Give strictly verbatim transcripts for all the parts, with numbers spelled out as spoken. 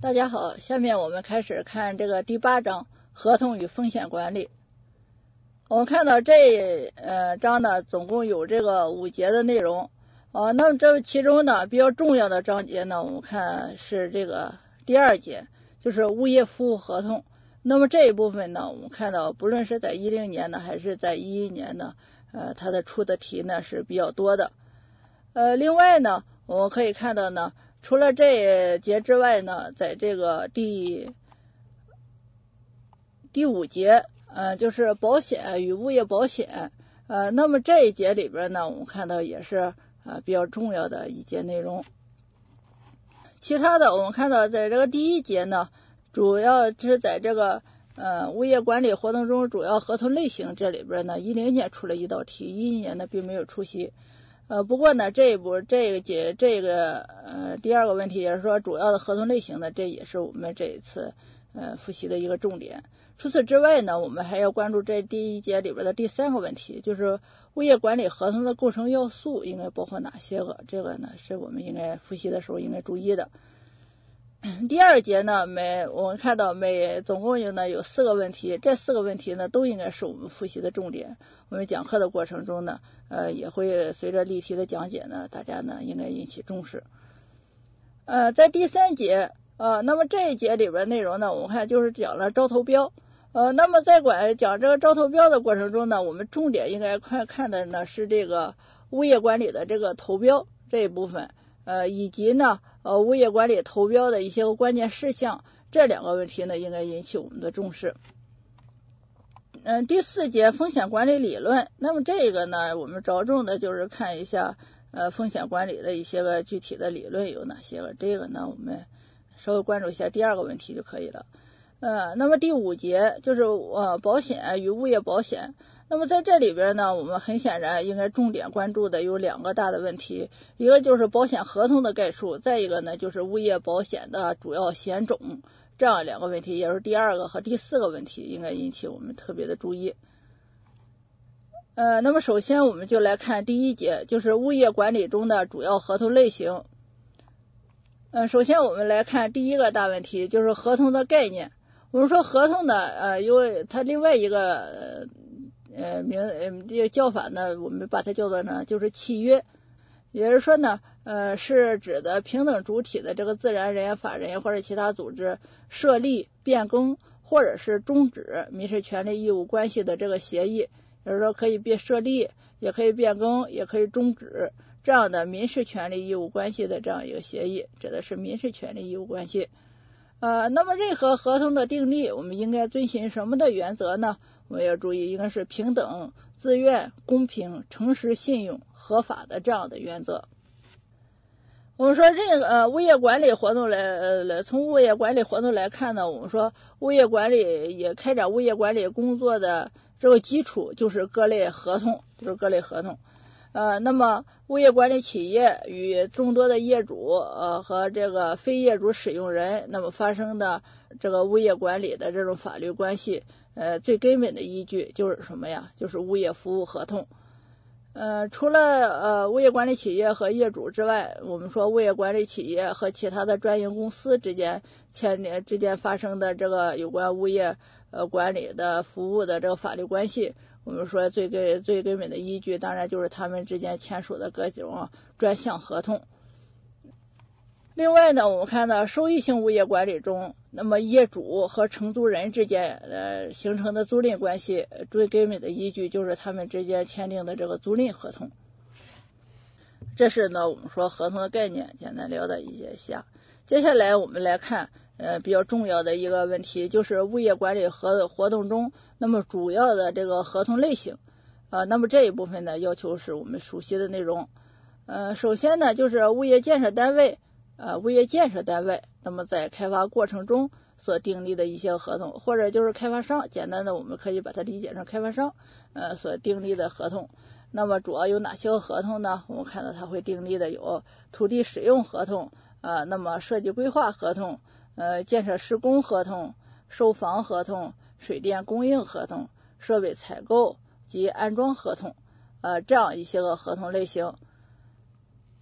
大家好，下面我们开始看这个第八章合同与风险管理。我们看到这呃章呢总共有这个五节的内容呃那么这其中呢比较重要的章节呢，我们看是这个第二节，就是物业服务合同。那么这一部分呢，我们看到不论是在一零年呢还是在一一年呢，呃它的出的题呢是比较多的。呃另外呢我们可以看到呢，除了这一节之外呢，在这个第第五节呃就是保险与物业保险，呃那么这一节里边呢，我们看到也是呃比较重要的一节内容。其他的我们看到在这个第一节呢，主要是在这个呃物业管理活动中主要合同类型这里边呢，一零年出了一道题，一一年呢并没有出席。呃，不过呢，这一步这个节这个呃第二个问题也是说主要的合同类型呢，这也是我们这一次呃复习的一个重点。除此之外呢，我们还要关注这第一节里边的第三个问题，就是物业管理合同的构成要素应该包括哪些个？这个呢是我们应该复习的时候应该注意的。第二节呢，每我们看到每总共有呢有四个问题，这四个问题呢都应该是我们复习的重点。我们讲课的过程中呢，呃也会随着例题的讲解呢，大家呢应该引起重视。呃，在第三节，呃，那么这一节里边内容呢，我们看就是讲了招投标。呃，那么在管讲这个招投标的过程中呢，我们重点应该看看的呢是这个物业管理的这个投标这一部分。呃，以及呢，呃，物业管理投标的一些关键事项，这两个问题呢，应该引起我们的重视。嗯、呃，第四节风险管理理论，那么这个呢，我们着重的就是看一下，呃，风险管理的一些个具体的理论有哪些个，这个呢，我们稍微关注一下第二个问题就可以了。呃，那么第五节就是呃保险与物业保险。那么在这里边呢，我们很显然应该重点关注的有两个大的问题，一个就是保险合同的概述，再一个呢就是物业保险的主要险种，这样两个问题也是第二个和第四个问题应该引起我们特别的注意。呃，那么首先我们就来看第一节，就是物业管理中的主要合同类型。呃，首先我们来看第一个大问题，就是合同的概念。我们说合同呢，呃，有它另外一个呃名呃这个叫法呢，我们把它叫做呢就是契约，也就是说呢，呃是指的平等主体的这个自然人、法人或者其他组织设立、变更或者是终止民事权利义务关系的这个协议，也就是说可以变设立，也可以变更，也可以终止这样的民事权利义务关系的这样一个协议，指的是民事权利义务关系。呃，那么任何合同的订立，我们应该遵循什么的原则呢？我们要注意，应该是平等、自愿、公平、诚实、信用、合法的这样的原则。我们说任呃物业管理活动来呃从物业管理活动来看呢，我们说物业管理也开展物业管理工作的这个基础就是各类合同，就是各类合同。呃，那么物业管理企业与众多的业主呃和这个非业主使用人，那么发生的这个物业管理的这种法律关系，呃，最根本的依据就是什么呀？就是物业服务合同。呃，除了呃物业管理企业和业主之外，我们说物业管理企业和其他的专营公司之间签订之间发生的这个有关物业呃管理的服务的这个法律关系，我们说最根最根本的依据，当然就是他们之间签署的各种专项合同。另外呢，我们看到收益性物业管理中，那么业主和承租人之间呃形成的租赁关系，最根本的依据就是他们之间签订的这个租赁合同。这是呢我们说合同的概念，简单聊的一些下。接下来我们来看呃比较重要的一个问题，就是物业管理合活动中那么主要的这个合同类型。呃那么这一部分呢要求是我们熟悉的内容。呃首先呢就是物业建设单位呃物业建设单位，那么在开发过程中所订立的一些合同，或者就是开发商，简单的我们可以把它理解成开发商呃所订立的合同。那么主要有哪些个合同呢？我们看到它会订立的有土地使用合同，呃那么设计规划合同，呃建设施工合同，售房合同，水电供应合同，设备采购及安装合同，呃这样一些个合同类型。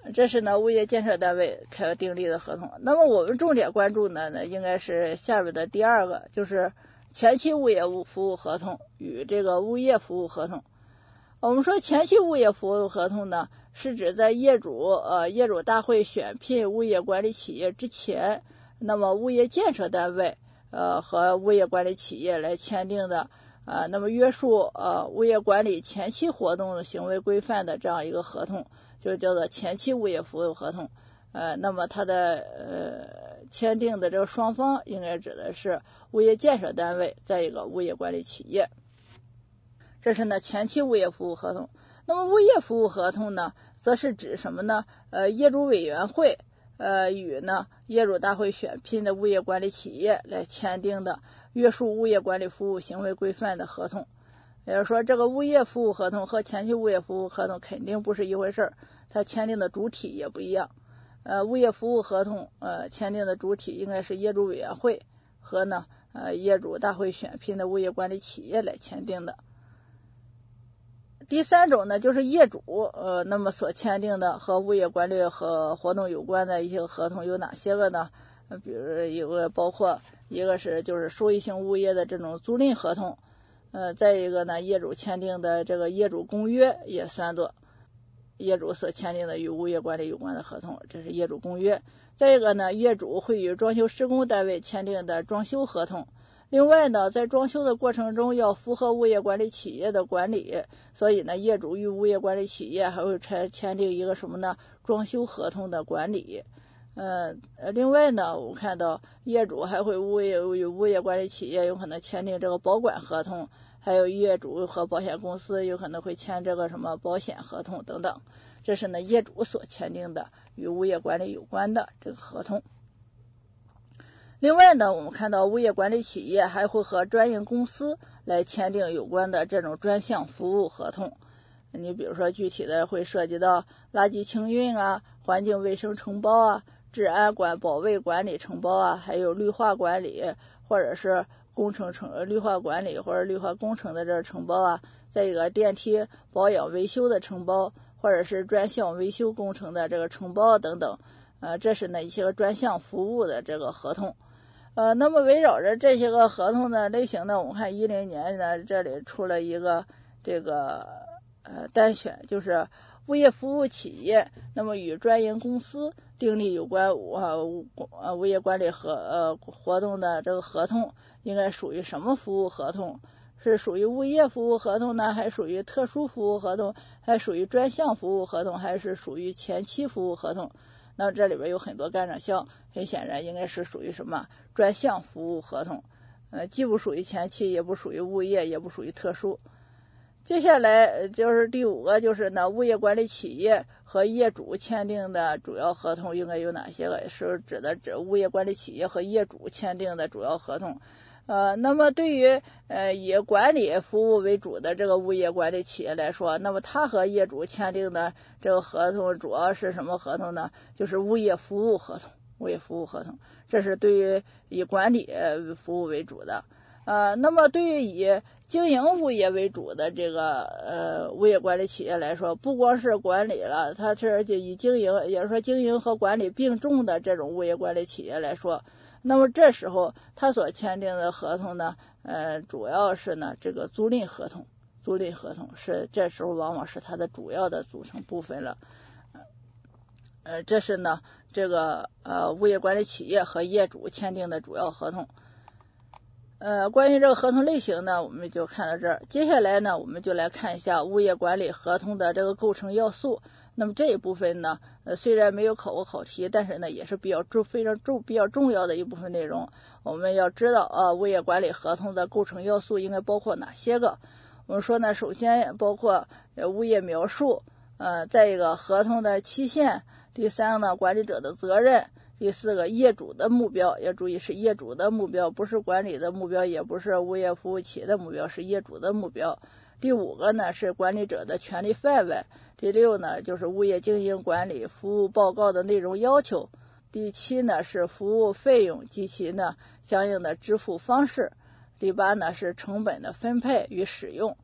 这是呢物业建设单位开订立的合同。那么我们重点关注呢呢应该是下面的第二个，就是前期物业服务合同与这个物业服务合同。我们说前期物业服务合同呢，是指在业主呃业主大会选聘物业管理企业之前，那么物业建设单位呃和物业管理企业来签订的呃那么约束呃物业管理前期活动的行为规范的这样一个合同，就叫做前期物业服务合同。呃那么它的呃签订的这个双方应该指的是物业建设单位再一个物业管理企业。这是呢前期物业服务合同。那么物业服务合同呢，则是指什么呢？呃，业主委员会呃与呢业主大会选聘的物业管理企业来签订的约束物业管理服务行为规范的合同。也就是说，这个物业服务合同和前期物业服务合同肯定不是一回事儿，它签订的主体也不一样。呃，物业服务合同呃签订的主体应该是业主委员会和呢呃业主大会选聘的物业管理企业来签订的。第三种呢，就是业主呃那么所签订的和物业管理和活动有关的一些合同有哪些个呢？呃、比如有个包括一个是就是收益性物业的这种租赁合同，呃再一个呢业主签订的这个业主公约也算作业主所签订的与物业管理有关的合同，这是业主公约。再一个呢，业主会与装修施工单位签订的装修合同。另外呢，在装修的过程中要符合物业管理企业的管理，所以呢，业主与物业管理企业还会签签订一个什么呢？装修合同的管理。呃，另外呢，我们看到业主还会物业与物业管理企业有可能签订这个保管合同，还有业主和保险公司有可能会签这个什么保险合同等等。这是呢业主所签订的与物业管理有关的这个合同。另外呢，我们看到物业管理企业还会和专营公司来签订有关的这种专项服务合同。你比如说具体的会涉及到垃圾清运啊、环境卫生承包啊、治安管保卫管理承包啊，还有绿化管理或者是工程承绿化管理或者绿化工程的这个承包啊，再一个电梯保养维修的承包或者是专项维修工程的这个承包等等，呃，这是呢一些个专项服务的这个合同。呃，那么围绕着这些个合同的类型呢，我们看一零年呢，这里出了一个这个呃单选，就是物业服务企业，那么与专营公司订立有关呃物呃物业管理和呃活动的这个合同，应该属于什么服务合同？是属于物业服务合同呢，还属于特殊服务合同，还属于专项服务合同，还是属于前期服务合同？那这里边有很多干扰项，很显然应该是属于什么专项服务合同，呃，既不属于前期，也不属于物业，也不属于特殊。接下来就是第五个，就是呢，物业管理企业和业主签订的主要合同应该有哪些个？是指的指物业管理企业和业主签订的主要合同。呃，那么对于呃以管理服务为主的这个物业管理企业来说，那么它和业主签订的这个合同主要是什么合同呢？就是物业服务合同，物业服务合同，这是对于以管理服务为主的。呃，那么对于以经营物业为主的这个呃物业管理企业来说，不光是管理了，它是就以经营，也就是说经营和管理并重的这种物业管理企业来说，那么这时候他所签订的合同呢，呃，主要是呢这个租赁合同，租赁合同是这时候往往是它的主要的组成部分了。呃，这是呢这个呃物业管理企业和业主签订的主要合同。呃，关于这个合同类型呢，我们就看到这儿。接下来呢，我们就来看一下物业管理合同的这个构成要素。那么这一部分呢，呃，虽然没有考过考题，但是呢，也是比较重、非常重、比较重要的一部分内容。我们要知道啊，物业管理合同的构成要素应该包括哪些个？我们说呢，首先包括呃物业描述，呃，再一个合同的期限，第三个呢，管理者的责任。第四个，业主的目标，要注意是业主的目标，不是管理的目标，也不是物业服务企业的目标，是业主的目标。第五个呢是管理者的权利范围。第六呢就是物业经营管理服务报告的内容要求。第七呢是服务费用及其呢相应的支付方式。第八呢是成本的分配与使用。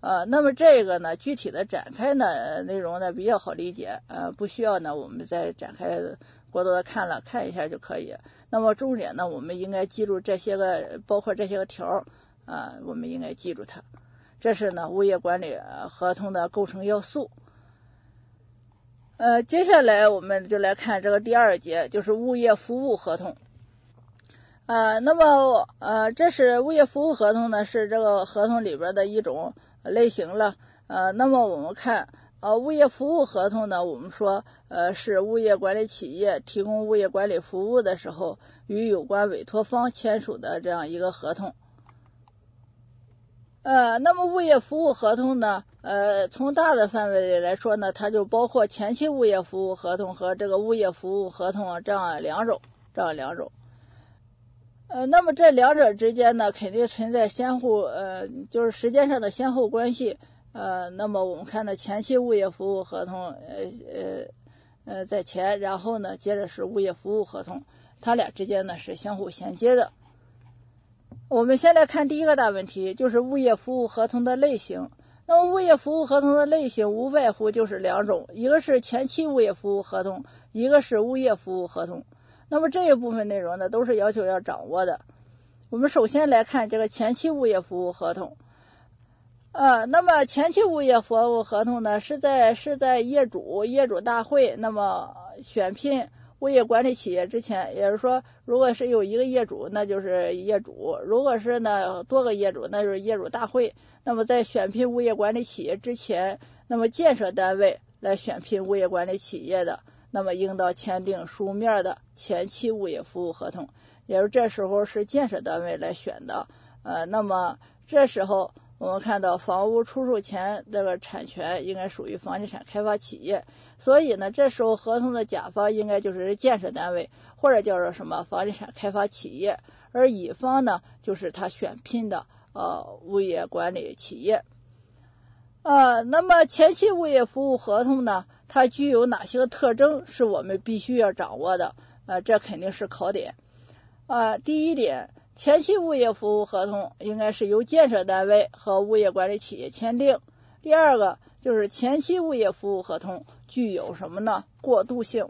呃，那么这个呢，具体的展开呢内容呢比较好理解，呃，不需要呢我们再展开过多的看了，看一下就可以。那么重点呢，我们应该记住这些个，包括这些个条啊、呃，我们应该记住它。这是呢物业管理合同的构成要素。呃，接下来我们就来看这个第二节，就是物业服务合同。呃，那么呃，这是物业服务合同呢，是这个合同里边的一种类型了。呃，那么我们看呃，物业服务合同呢，我们说呃是物业管理企业提供物业管理服务的时候，与有关委托方签署的这样一个合同。呃，那么物业服务合同呢，呃，从大的范围里来说呢，它就包括前期物业服务合同和这个物业服务合同这样两种，这样两种。呃，那么这两者之间呢，肯定存在相互呃，就是时间上的先后关系。呃，那么我们看呢，前期物业服务合同，呃呃呃在前，然后呢，接着是物业服务合同，它俩之间呢是相互衔接的。我们先来看第一个大问题，就是物业服务合同的类型。那么物业服务合同的类型无外乎就是两种，一个是前期物业服务合同，一个是物业服务合同。那么这一部分内容呢，都是要求要掌握的。我们首先来看这个前期物业服务合同。呃，那么前期物业服务合同呢，是在是在业主业主大会那么选聘物业管理企业之前，也就是说，如果是有一个业主，那就是业主；如果是呢多个业主，那就是业主大会。那么在选聘物业管理企业之前，那么建设单位来选聘物业管理企业的，那么应当签订书面的前期物业服务合同，也就是这时候是建设单位来选的。呃，那么这时候我们看到房屋出售前这个产权应该属于房地产开发企业，所以呢，这时候合同的甲方应该就是建设单位或者叫做什么房地产开发企业，而乙方呢就是他选聘的呃物业管理企业。呃，那么前期物业服务合同呢，它具有哪些个特征是我们必须要掌握的？呃，这肯定是考点。呃，第一点，前期物业服务合同应该是由建设单位和物业管理企业签订。第二个就是前期物业服务合同具有什么呢？过渡性。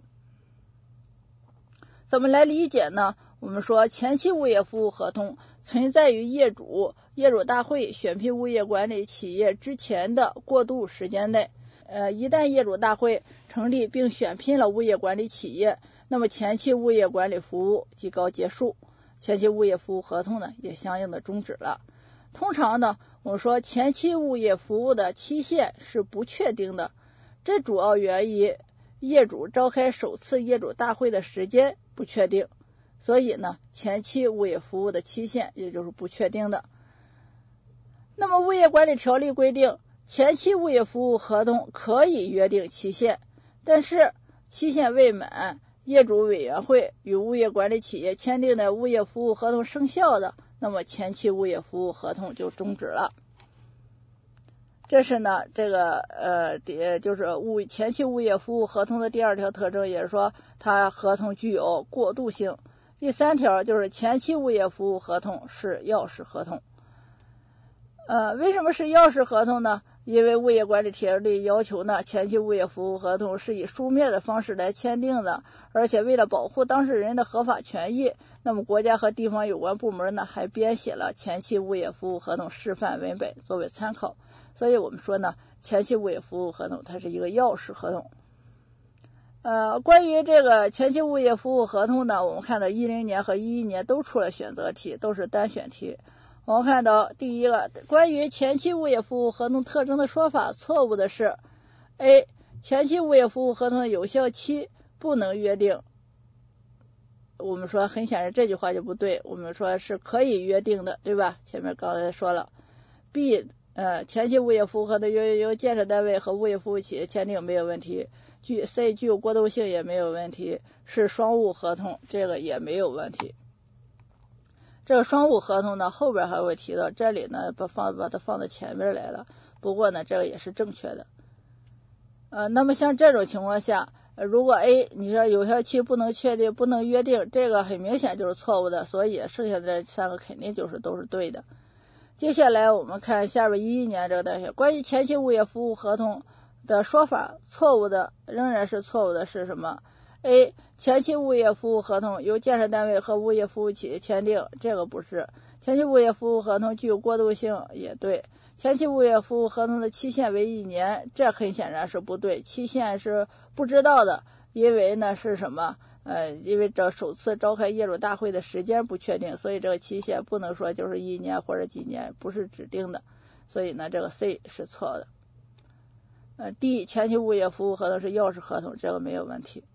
怎么来理解呢？我们说前期物业服务合同存在于业主业主大会选聘物业管理企业之前的过渡时间内。呃，一旦业主大会成立并选聘了物业管理企业，那么前期物业管理服务即告结束，前期物业服务合同呢也相应的终止了。通常呢，我们说前期物业服务的期限是不确定的，这主要源于业主召开首次业主大会的时间不确定，所以呢，前期物业服务的期限也就是不确定的。那么物业管理条例规定，前期物业服务合同可以约定期限，但是期限未满，业主委员会与物业管理企业签订的物业服务合同生效的，那么前期物业服务合同就终止了。这是呢，这个呃，就是物前期物业服务合同的第二条特征，也是说它合同具有过渡性。第三条就是前期物业服务合同是钥匙合同。呃，为什么是钥匙合同呢？因为物业管理条例要求呢，前期物业服务合同是以书面的方式来签订的，而且为了保护当事人的合法权益，那么国家和地方有关部门呢还编写了前期物业服务合同示范文本作为参考。所以我们说呢，前期物业服务合同它是一个钥匙合同。呃，关于这个前期物业服务合同呢，我们看到一零年和一一年都出了选择题，都是单选题。我们看到第一个，关于前期物业服务合同特征的说法错误的是 A， 前期物业服务合同的有效期不能约定。我们说很显然这句话就不对，我们说是可以约定的，对吧？前面刚才说了。B， 呃，前期物业服务合同由由建设单位和物业服务企业签订没有问题。具 C 具有过渡性也没有问题，是双务合同，这个也没有问题。这个双务合同呢，后边还会提到，这里呢把放把它放到前面来了。不过呢，这个也是正确的。呃，那么像这种情况下，呃、如果 A 你说有效期不能确定、不能约定，这个很明显就是错误的，所以剩下的这三个肯定就是都是对的。 接下来我们看下边一一年这个单元，关于前期物业服务合同的说法，错误的仍然是错误的是什么 ？A. 前期物业服务合同由建设单位和物业服务企业签订，这个不是。前期物业服务合同具有过渡性，也对。前期物业服务合同的期限为一年，这很显然是不对，期限是不知道的，因为呢是什么？呃，因为这首次召开业主大会的时间不确定，所以这个期限不能说就是一年或者几年，不是指定的，所以呢这个 C 是错的。呃 D 前期物业服务合同是钥匙合同，这个没有问题。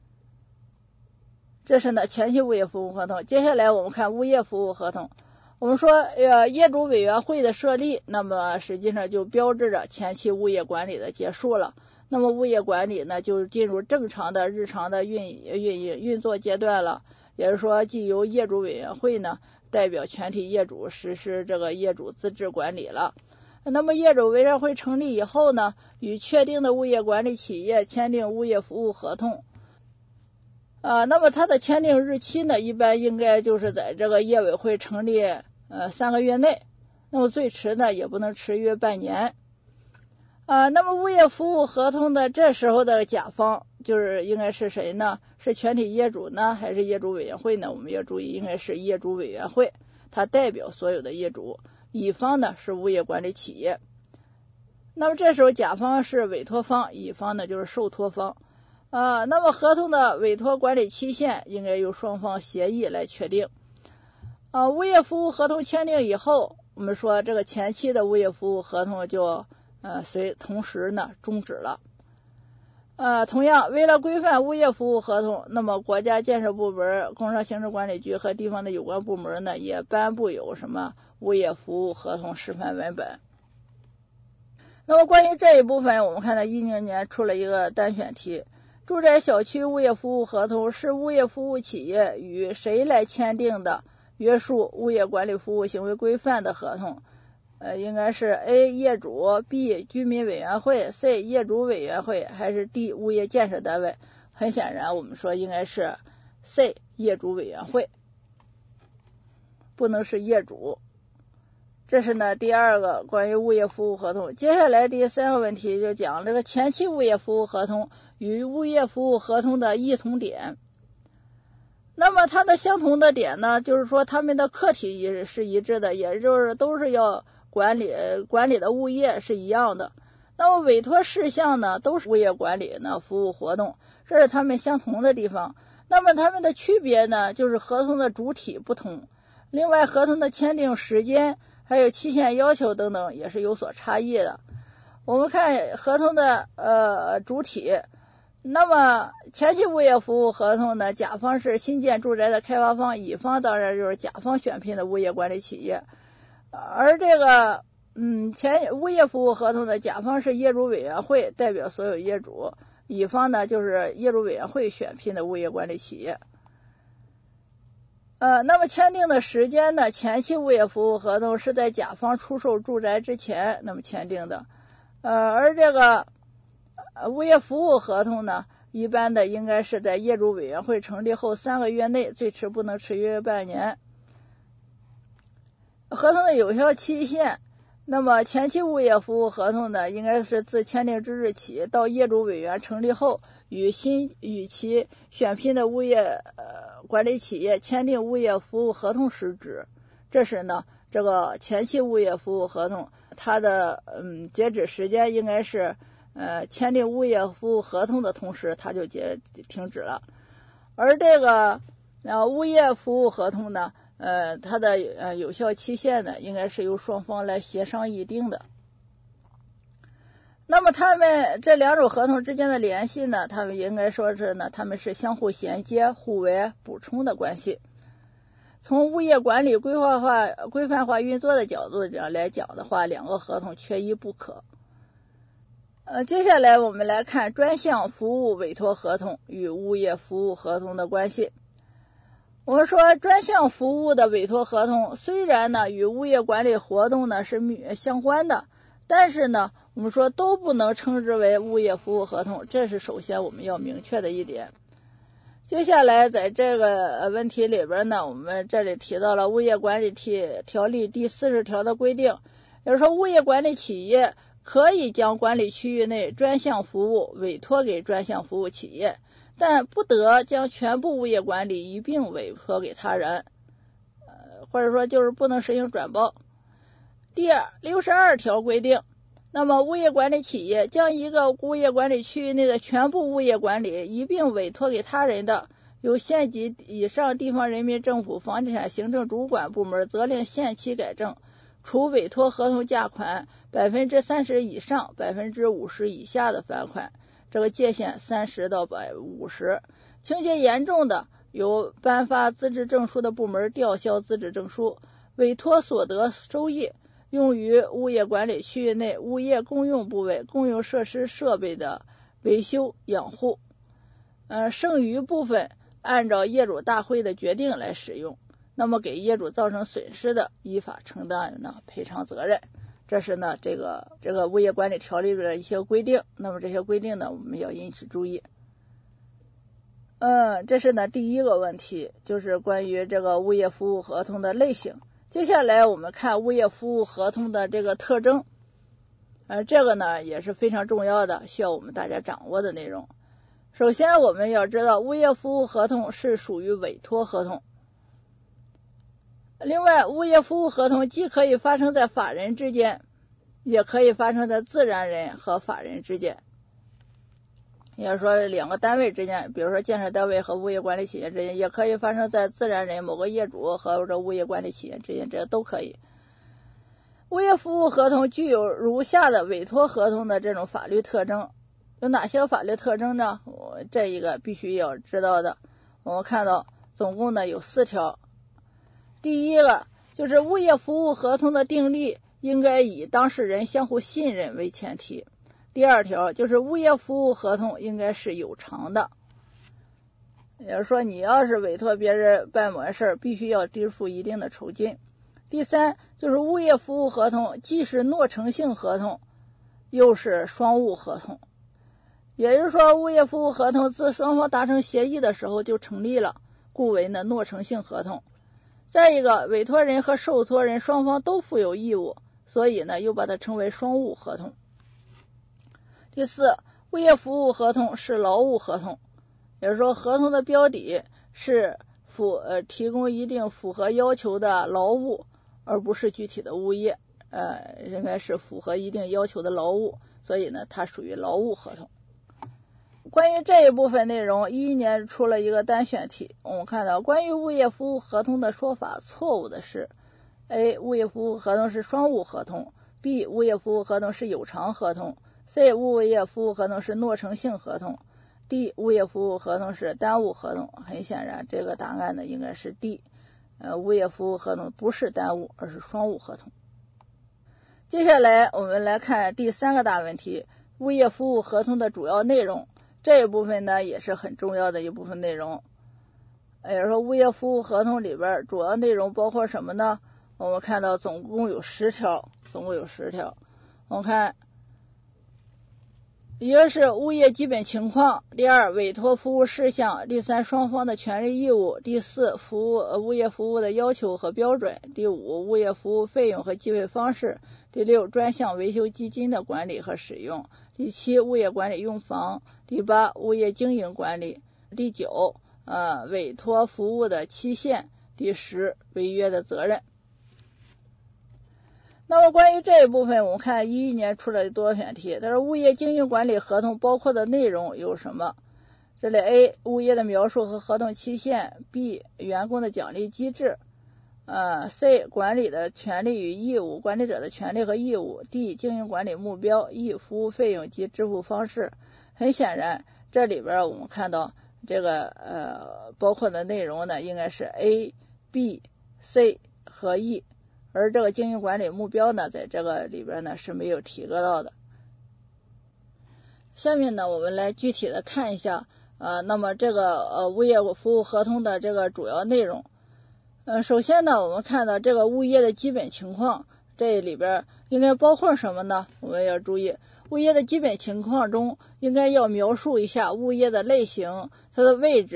这是呢前期物业服务合同。接下来我们看物业服务合同。我们说呃业主委员会的设立，那么实际上就标志着前期物业管理的结束了。那么物业管理呢就进入正常的日常的运运营运作阶段了，也就是说既由业主委员会呢代表全体业主实施这个业主自治管理了。那么业主委员会成立以后呢，与确定的物业管理企业签订物业服务合同。呃，那么它的签订日期呢，一般应该就是在这个业委会成立呃三个月内，那么最迟呢也不能迟于半年。呃，那么物业服务合同的这时候的甲方就是应该是谁呢？是全体业主呢，还是业主委员会呢？我们要注意，应该是业主委员会，它代表所有的业主。乙方呢是物业管理企业。那么这时候甲方是委托方，乙方呢就是受托方。啊，那么合同的委托管理期限应该由双方协议来确定。啊，物业服务合同签订以后，我们说这个前期的物业服务合同就呃随同时呢终止了。呃，同样为了规范物业服务合同，那么国家建设部门、工商行政管理局和地方的有关部门呢也颁布有什么物业服务合同示范文本。那么关于这一部分，我们看到一零年出了一个单选题。住宅小区物业服务合同是物业服务企业与谁来签订的约束物业管理服务行为规范的合同？呃，应该是 A 业主 B 居民委员会 C 业主委员会还是 D 物业建设单位？很显然我们说应该是 C 业主委员会，不能是业主。这是呢第二个关于物业服务合同。接下来第三个问题就讲这个前期物业服务合同与物业服务合同的异同点。那么它的相同的点呢，就是说它们的客体也是一致的，也就是都是要管理管理的物业是一样的。那么委托事项呢都是物业管理呢服务活动，这是它们相同的地方。那么它们的区别呢，就是合同的主体不同，另外合同的签订时间还有期限要求等等也是有所差异的。我们看合同的呃主体，那么前期物业服务合同呢，甲方是新建住宅的开发方，乙方当然就是甲方选聘的物业管理企业。而这个嗯前物业服务合同的甲方是业主委员会，代表所有业主，乙方呢就是业主委员会选聘的物业管理企业。呃，那么签订的时间呢？前期物业服务合同是在甲方出售住宅之前那么签订的，呃，而这个物业服务合同呢，一般的应该是在业主委员会成立后三个月内，最迟不能迟于半年。合同的有效期限，那么前期物业服务合同呢，应该是自签订之日起到业主委员成立后，与新与其选聘的物业呃管理企业签订物业服务合同时止。这是呢这个前期物业服务合同它的嗯截止时间应该是呃签订物业服务合同的同时它就结停止了。而这个呃物业服务合同呢，呃它的呃有效期限呢，应该是由双方来协商议定的。那么他们这两种合同之间的联系呢，他们应该说是呢，他们是相互衔接、互为补充的关系。从物业管理规划化、规范化运作的角度来讲的话，两个合同缺一不可。呃，接下来我们来看专项服务委托合同与物业服务合同的关系。我们说专项服务的委托合同虽然呢与物业管理活动呢是相关的，但是呢我们说都不能称之为物业服务合同，这是首先我们要明确的一点。 接下来在这个问题里边呢，我们这里提到了物业管理条例第四十条的规定，也就是说物业管理企业可以将管理区域内专项服务委托给专项服务企业，但不得将全部物业管理一并委托给他人，呃，或者说就是不能实行转包。第六十二条规定，那么物业管理企业将一个物业管理区域内的全部物业管理一并委托给他人的，由县级以上地方人民政府房地产行政主管部门责令限期改正，除委托合同价款百分之三十以上百分之五十以下的罚款，这个界限三十到百五十，情节严重的由颁发资质证书的部门吊销资质证书，委托所得收益用于物业管理区域内物业公用部位公用设施设备的维修养护，呃，剩余部分按照业主大会的决定来使用，那么给业主造成损失的，依法承担呢赔偿责任。这是呢这个这个物业管理条例的一些规定，那么这些规定呢我们要引起注意。嗯，这是呢第一个问题，就是关于这个物业服务合同的类型。接下来我们看物业服务合同的这个特征，呃，这个呢也是非常重要的，需要我们大家掌握的内容。首先我们要知道，物业服务合同是属于委托合同。另外，物业服务合同既可以发生在法人之间，也可以发生在自然人和法人之间。也就是说两个单位之间，比如说建设单位和物业管理企业之间，也可以发生在自然人某个业主和这物业管理企业之间，这都可以。物业服务合同具有如下的委托合同的这种法律特征，有哪些法律特征呢？我这一个必须要知道的。我们看到总共呢有四条。第一个就是物业服务合同的订立应该以当事人相互信任为前提。第二条就是物业服务合同应该是有偿的，也就是说你要是委托别人办某件事，必须要支付一定的酬金。第三就是物业服务合同既是诺成性合同，又是双务合同，也就是说物业服务合同自双方达成协议的时候就成立了，故为呢诺成性合同。再一个，委托人和受托人双方都负有义务，所以呢又把它称为双务合同。第四，物业服务合同是劳务合同，也就是说合同的标的是符呃提供一定符合要求的劳务，而不是具体的物业，呃应该是符合一定要求的劳务，所以呢它属于劳务合同。关于这一部分内容，一一年出了一个单选题，我们看到关于物业服务合同的说法错误的是 A. 物业服务合同是双务合同， B. 物业服务合同是有偿合同， C. 物业服务合同是诺成性合同， D. 物业服务合同是单务合同。很显然这个答案呢应该是 D， 呃，物业服务合同不是单务，而是双务合同。接下来我们来看第三个大问题，物业服务合同的主要内容。这一部分呢也是很重要的一部分内容，也就是说物业服务合同里边主要内容包括什么呢？我们看到总共有十条，总共有十条。我们看，一个是物业基本情况，第二委托服务事项，第三双方的权利义务，第四服务物业服务的要求和标准，第五物业服务费用和计费方式，第六专项维修基金的管理和使用，第七物业管理用房，第八物业经营管理，第九呃委托服务的期限，第十违约的责任。那么关于这一部分，我们看一一年出了多选题，它说物业经营管理合同包括的内容有什么？这里 A 物业的描述和合同期限， B 员工的奖励机制，呃 C 管理的权利与义务，管理者的权利和义务， D 经营管理目标， E 服务费用及支付方式。很显然这里边我们看到这个呃包括的内容呢应该是 A B C 和 E， 而这个经营管理目标呢在这个里边呢是没有提到的。下面呢我们来具体的看一下呃那么这个呃物业服务合同的这个主要内容。呃首先呢我们看到这个物业的基本情况，这里边应该包括什么呢？我们要注意物业的基本情况中应该要描述一下物业的类型，它的位置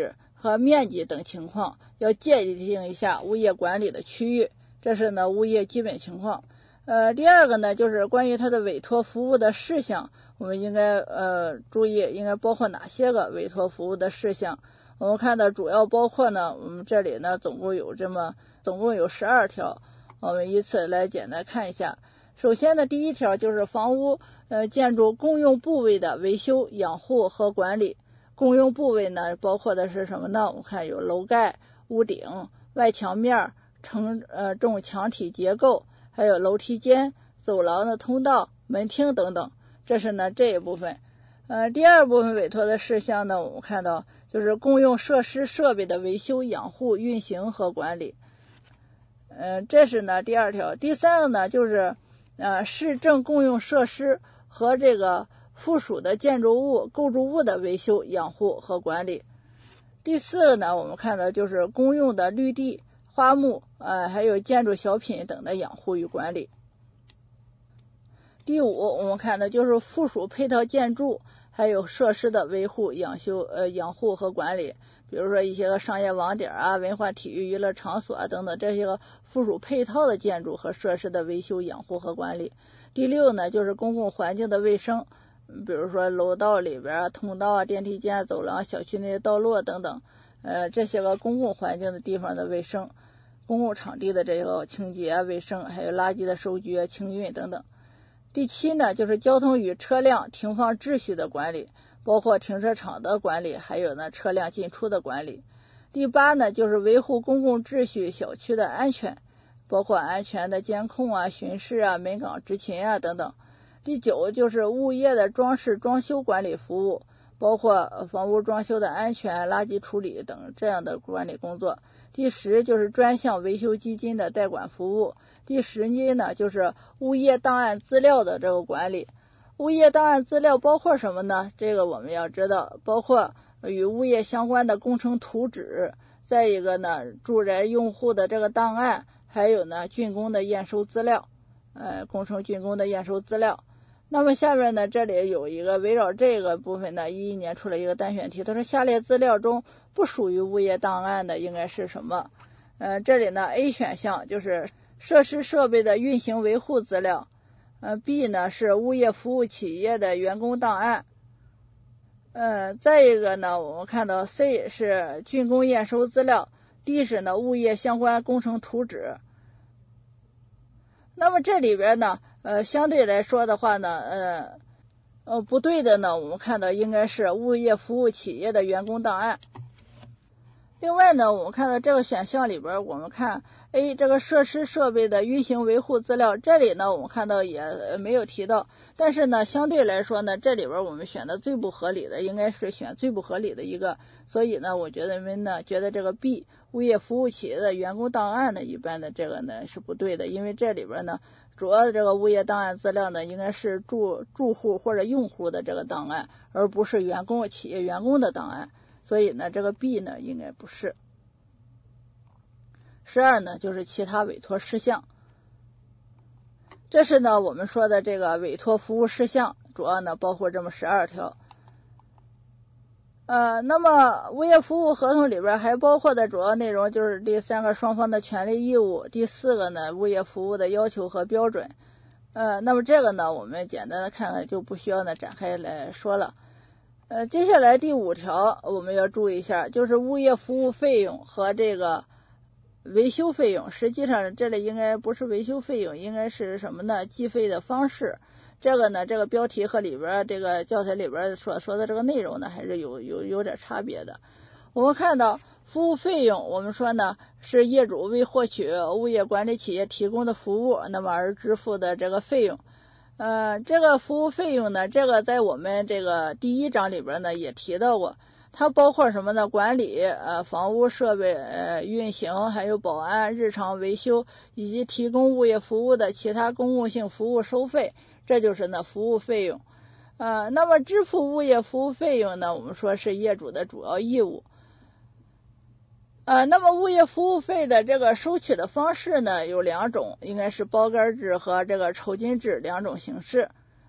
和面积等情况，要界定一下物业管理的区域，这是呢物业基本情况。呃，第二个呢，就是关于它的委托服务的事项，我们应该呃注意应该包括哪些个委托服务的事项。我们看到主要包括呢，我们这里呢总共有这么总共有十二条，我们依次来简单看一下。首先呢，第一条就是房屋呃建筑公用部位的维修、养护和管理。公用部位呢，包括的是什么呢？我们看有楼盖、屋顶、外墙面、承呃重墙体结构，还有楼梯间、走廊的通道、门厅等等，这是呢这一部分。呃，第二部分委托的事项呢，我们看到就是公用设施设备的维修、养护、运行和管理。呃，这是呢第二条。第三个呢，就是呃市政公用设施和这个附属的建筑物、构筑物的维修、养护和管理。第四个呢，我们看到就是公用的绿地、花木，呃，还有建筑小品等的养护与管理。第五，我们看的就是附属配套建筑还有设施的维护、养修、呃养护和管理，比如说一些个商业网点啊、文化体育娱乐场所啊等等这些个附属配套的建筑和设施的维修、养护和管理。第六呢，就是公共环境的卫生，比如说楼道里边、通道啊、电梯间、走廊、小区内的道路等等，呃这些个公共环境的地方的卫生，公共场地的这个清洁卫生，还有垃圾的收集、清运等等。第七呢，就是交通与车辆停放秩序的管理，包括停车场的管理，还有呢车辆进出的管理。第八呢，就是维护公共秩序、小区的安全，包括安全的监控啊、巡视啊、门岗执勤啊等等。第九就是物业的装饰装修管理服务，包括房屋装修的安全、垃圾处理等这样的管理工作。第十就是专项维修基金的代管服务。第十一呢，就是物业档案资料的这个管理。物业档案资料包括什么呢？这个我们要知道，包括与物业相关的工程图纸，再一个呢，住宅用户的这个档案，还有呢，竣工的验收资料，呃，工程竣工的验收资料。那么下面呢，这里有一个围绕这个部分呢，一一年出了一个单选题，它说下列资料中不属于物业档案的应该是什么？呃，这里呢 A 选项就是设施设备的运行维护资料，呃 B 呢是物业服务企业的员工档案，呃再一个呢，我们看到 C 是竣工验收资料， D 是呢物业相关工程图纸。那么这里边呢，呃，相对来说的话呢，呃，呃，不对的呢，我们看到应该是物业服务企业的员工档案。另外呢，我们看到这个选项里边，我们看 A 这个设施设备的运行维护资料，这里呢我们看到也没有提到，但是呢相对来说呢，这里边我们选的最不合理的应该是选最不合理的一个，所以呢我觉得们呢觉得这个 B 物业服务企业的员工档案呢一般的这个呢是不对的，因为这里边呢主要的这个物业档案资料呢应该是住住户或者用户的这个档案，而不是员工企业员工的档案，所以呢这个 B 呢应该不是。十二呢就是其他委托事项，这是呢我们说的这个委托服务事项，主要呢包括这么十二条。呃，那么物业服务合同里边还包括的主要内容就是第三个双方的权利义务，第四个呢物业服务的要求和标准。呃，那么这个呢我们简单的看看，就不需要呢展开来说了。呃，接下来第五条我们要注意一下，就是物业服务费用和这个维修费用，实际上这里应该不是维修费用，应该是什么呢？计费的方式。这个呢，这个标题和里边这个教材里边所说的这个内容呢，还是有有有点差别的。我们看到服务费用，我们说呢是业主为获取物业管理企业提供的服务，那么而支付的这个费用。呃，这个服务费用呢，这个在我们这个第一章里边呢也提到过。它包括什么呢？管理、呃房屋设备、呃运行，还有保安、日常维修以及提供物业服务的其他公共性服务收费，这就是呢服务费用。呃，那么支付物业服务费用呢，我们说是业主的主要义务。呃，那么物业服务费的这个收取的方式呢有两种，应该是包干制和这个酬金制两种形式。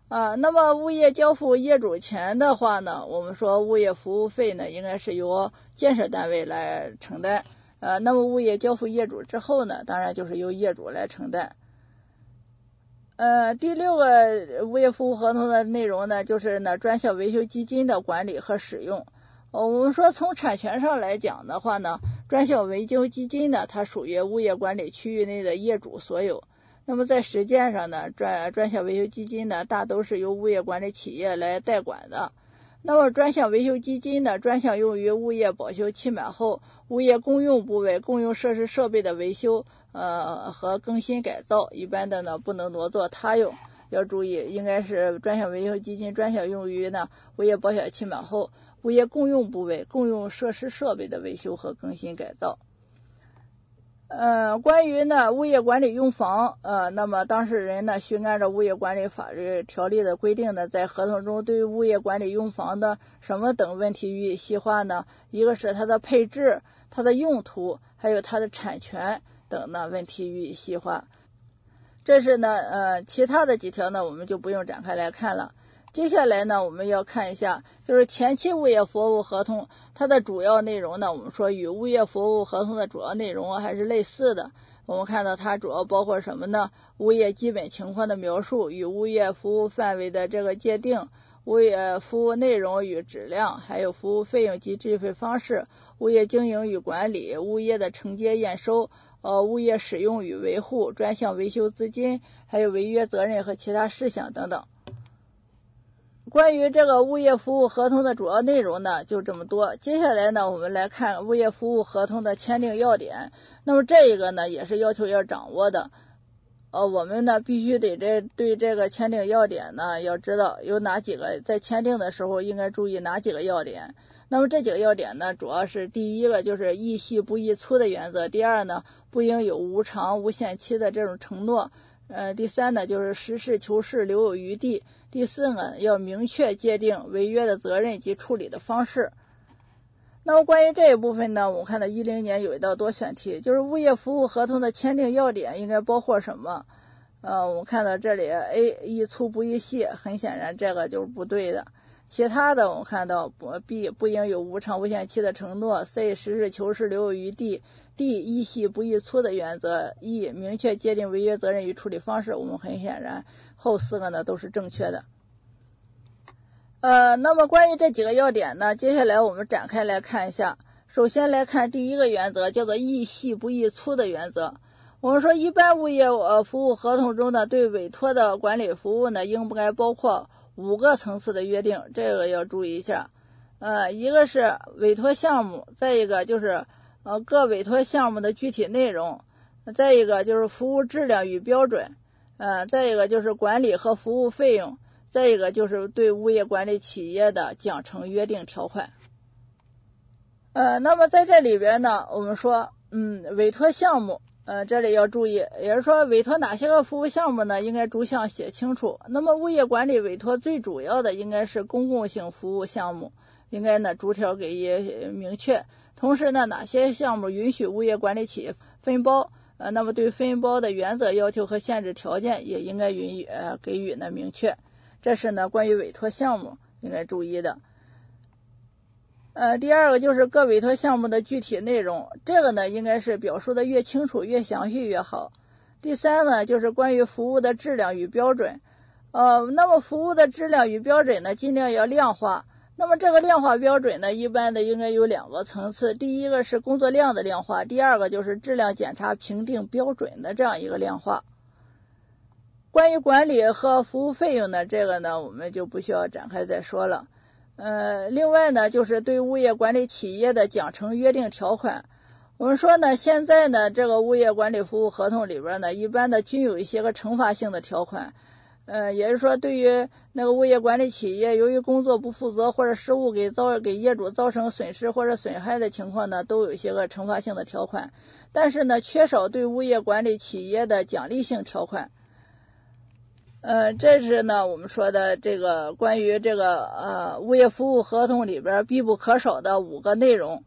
啊，那么物业交付业主前的话呢，我们说物业服务费呢应该是由建设单位来承担，呃，那么物业交付业主之后呢，当然就是由业主来承担。呃，第六个物业服务合同的内容呢，就是呢专项维修基金的管理和使用。呃、我们说从产权上来讲的话呢，专项维修基金呢，它属于物业管理区域内的业主所有。那么在实践上呢，专专项维修基金呢，大都是由物业管理企业来代管的。那么专项维修基金呢，专项用于物业保修期满后，物业公用部位、公用设施设备的维修呃和更新改造，一般的呢不能挪作他用。要注意，应该是专项维修基金专项用于呢物业保修期满后，物业公用部位、公用设施设备的维修和更新改造。呃，关于呢物业管理用房，呃，那么当事人呢需按照物业管理法律条例的规定呢，在合同中对于物业管理用房的什么等问题予以细化呢？一个是它的配置、它的用途，还有它的产权等呢问题予以细化。这是呢呃其他的几条呢我们就不用展开来看了。接下来呢我们要看一下就是前期物业服务合同，它的主要内容呢，我们说与物业服务合同的主要内容还是类似的。我们看到它主要包括什么呢？物业基本情况的描述与物业服务范围的这个界定，物业服务内容与质量，还有服务费用及计费方式，物业经营与管理，物业的承接验收，呃，物业使用与维护，专项维修资金，还有违约责任和其他事项等等。关于这个物业服务合同的主要内容呢，就这么多。接下来呢，我们来看物业服务合同的签订要点。那么这一个呢，也是要求要掌握的。呃，我们呢必须得这对这个签订要点呢，要知道有哪几个，在签订的时候应该注意哪几个要点。那么这几个要点呢，主要是第一个就是宜细不宜粗的原则，第二呢，不应有无偿无限期的这种承诺。呃，第三呢，就是实事求是，留有余地。第四呢，要明确界定违约的责任及处理的方式。那么关于这一部分呢，我看到一零年有一道多选题，就是物业服务合同的签订要点应该包括什么？呃，我们看到这里 A 宜粗不宜细，很显然这个就是不对的。其他的我们看到 B 不应有无偿无限期的承诺， C 实事求是，留有余地， D 宜细不宜粗的原则， E 明确界定违约责任与处理方式。我们很显然后四个呢都是正确的。呃，那么关于这几个要点呢，接下来我们展开来看一下。首先来看第一个原则，叫做宜细不宜粗的原则。我们说一般物业呃服务合同中呢，对委托的管理服务呢，应不该包括五个层次的约定，这个要注意一下。呃，一个是委托项目，再一个就是呃各委托项目的具体内容，再一个就是服务质量与标准，呃，再一个就是管理和服务费用，再一个就是对物业管理企业的奖惩约定条款。呃，那么在这里边呢，我们说，嗯，委托项目。呃，这里要注意，也就是说委托哪些个服务项目呢，应该逐项写清楚。那么物业管理委托最主要的应该是公共性服务项目，应该呢逐条给予明确。同时呢，哪些项目允许物业管理企业分包，呃，那么对分包的原则要求和限制条件也应该允许呃给予呢明确。这是呢关于委托项目应该注意的。呃，第二个就是各委托项目的具体内容，这个呢应该是表述的越清楚越详细越好。第三呢就是关于服务的质量与标准，呃，那么服务的质量与标准呢尽量要量化。那么这个量化标准呢，一般的应该有两个层次，第一个是工作量的量化，第二个就是质量检查评定标准的这样一个量化。关于管理和服务费用呢，这个呢我们就不需要展开再说了。呃，另外呢，就是对物业管理企业的奖惩约定条款。我们说呢，现在呢，这个物业管理服务合同里边呢，一般的均有一些个惩罚性的条款。呃，也就是说，对于那个物业管理企业由于工作不负责或者失误给造给业主造成损失或者损害的情况呢，都有一些个惩罚性的条款。但是呢，缺少对物业管理企业的奖励性条款。呃，这是呢我们说的这个关于这个呃物业服务合同里边必不可少的五个内容。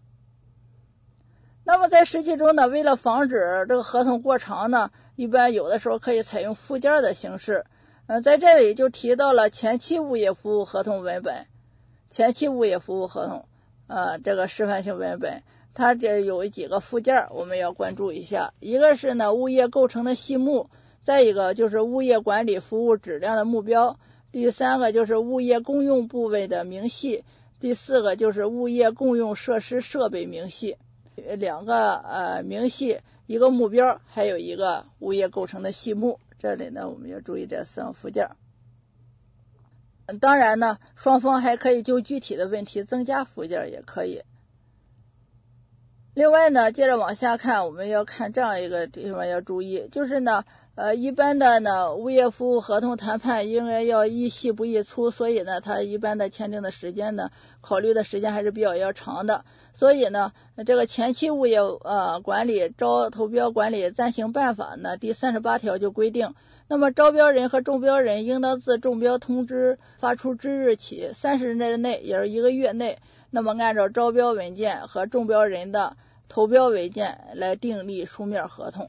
那么在实际中呢，为了防止这个合同过长呢，一般有的时候可以采用附件的形式。 呃，在这里就提到了前期物业服务合同文本，前期物业服务合同，呃，这个示范性文本，它这有几个附件我们要关注一下。一个是呢物业构成的细目，再一个就是物业管理服务质量的目标，第三个就是物业公用部位的明细，第四个就是物业共用设施设备明细。两个呃明细，一个目标，还有一个物业构成的细目。这里呢我们要注意这三个附件。当然呢双方还可以就具体的问题增加附件也可以。另外呢接着往下看，我们要看这样一个地方要注意，就是呢呃一般的呢物业服务合同谈判应该要宜细不宜粗，所以呢它一般的签订的时间呢考虑的时间还是比较要长的。所以呢这个前期物业呃管理招投标管理暂行办法呢第三十八条就规定，那么招标人和中标人应当自中标通知发出之日起三十日内，也是一个月内，那么按照招标文件和中标人的投标文件来订立书面合同。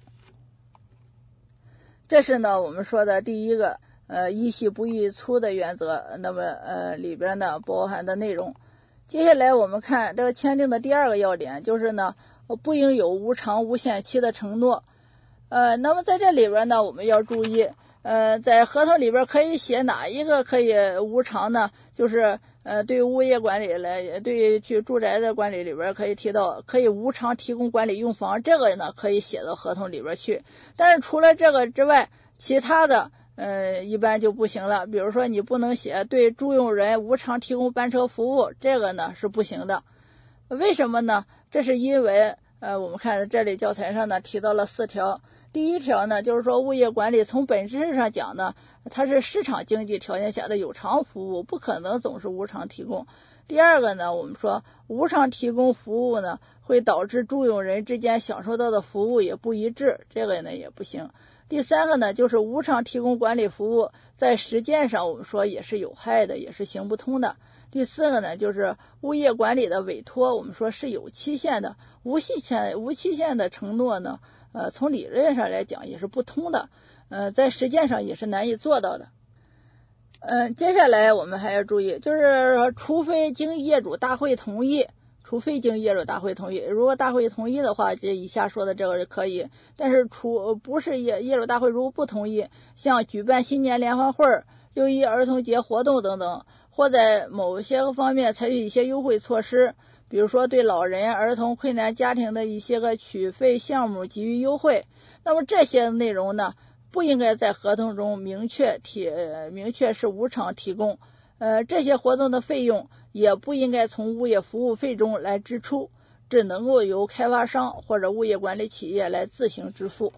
这是呢我们说的第一个呃宜细不宜粗的原则，那么呃里边呢包含的内容。接下来我们看这个签订的第二个要点，就是呢不应有无偿无限期的承诺。呃那么在这里边呢我们要注意，呃在合同里边可以写哪一个可以无偿呢？就是呃对于物业管理来，对于去住宅的管理里边可以提到可以无偿提供管理用房，这个呢可以写到合同里边去。但是除了这个之外，其他的呃一般就不行了。比如说你不能写对租用人无偿提供班车服务，这个呢是不行的。为什么呢？这是因为呃我们看这里教材上呢提到了四条。第一条呢就是说物业管理从本质上讲呢，它是市场经济条件下的有偿服务，不可能总是无偿提供。第二个呢，我们说无偿提供服务呢会导致租用人之间享受到的服务也不一致，这个呢也不行。第三个呢就是无偿提供管理服务在实践上我们说也是有害的，也是行不通的。第四个呢就是物业管理的委托我们说是有期限的，无期限无期限的承诺呢呃从理论上来讲也是不通的，呃在实践上也是难以做到的。嗯、呃，接下来我们还要注意，就是除非经业主大会同意，除非经业主大会同意，如果大会同意的话，这以下说的这个是可以。但是除不是业业主大会如果不同意，像举办新年联欢会、六一儿童节活动等等，或在某些方面采取一些优惠措施，比如说对老人、儿童、困难家庭的一些个取费项目给予优惠，那么这些内容呢不应该在合同中明确提明确是无偿提供，呃，这些活动的费用也不应该从物业服务费中来支出，只能够由开发商或者物业管理企业来自行支付。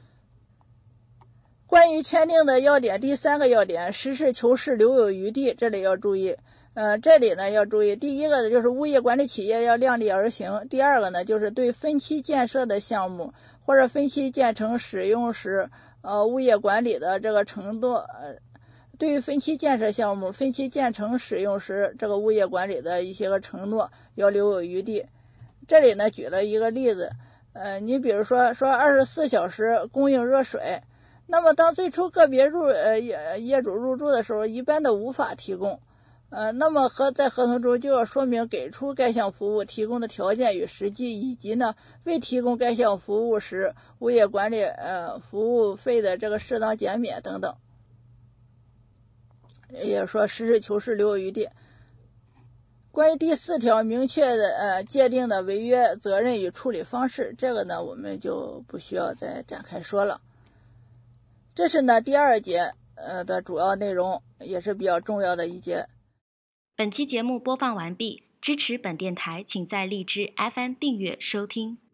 关于签订的要点，第三个要点，实事求是留有余地，这里要注意。呃，这里呢要注意，第一个呢就是物业管理企业要量力而行，第二个呢就是对分期建设的项目或者分期建成使用时呃物业管理的这个程度呃对于分期建设项目分期建成使用时这个物业管理的一些个承诺要留有余地。这里呢举了一个例子，呃你比如说说二十四小时供应热水，那么当最初个别入呃业业主入住的时候，一般的无法提供，呃，那么和在合同中就要说明给出该项服务提供的条件与实际，以及呢未提供该项服务时物业管理呃服务费的这个适当减免等等。也说实事求是留有余地。关于第四条明确的呃界定的违约责任与处理方式，这个呢我们就不需要再展开说了。这是呢第二节呃的主要内容，也是比较重要的一节。 本期节目播放完毕，支持本电台请在荔枝 F M 订阅收听。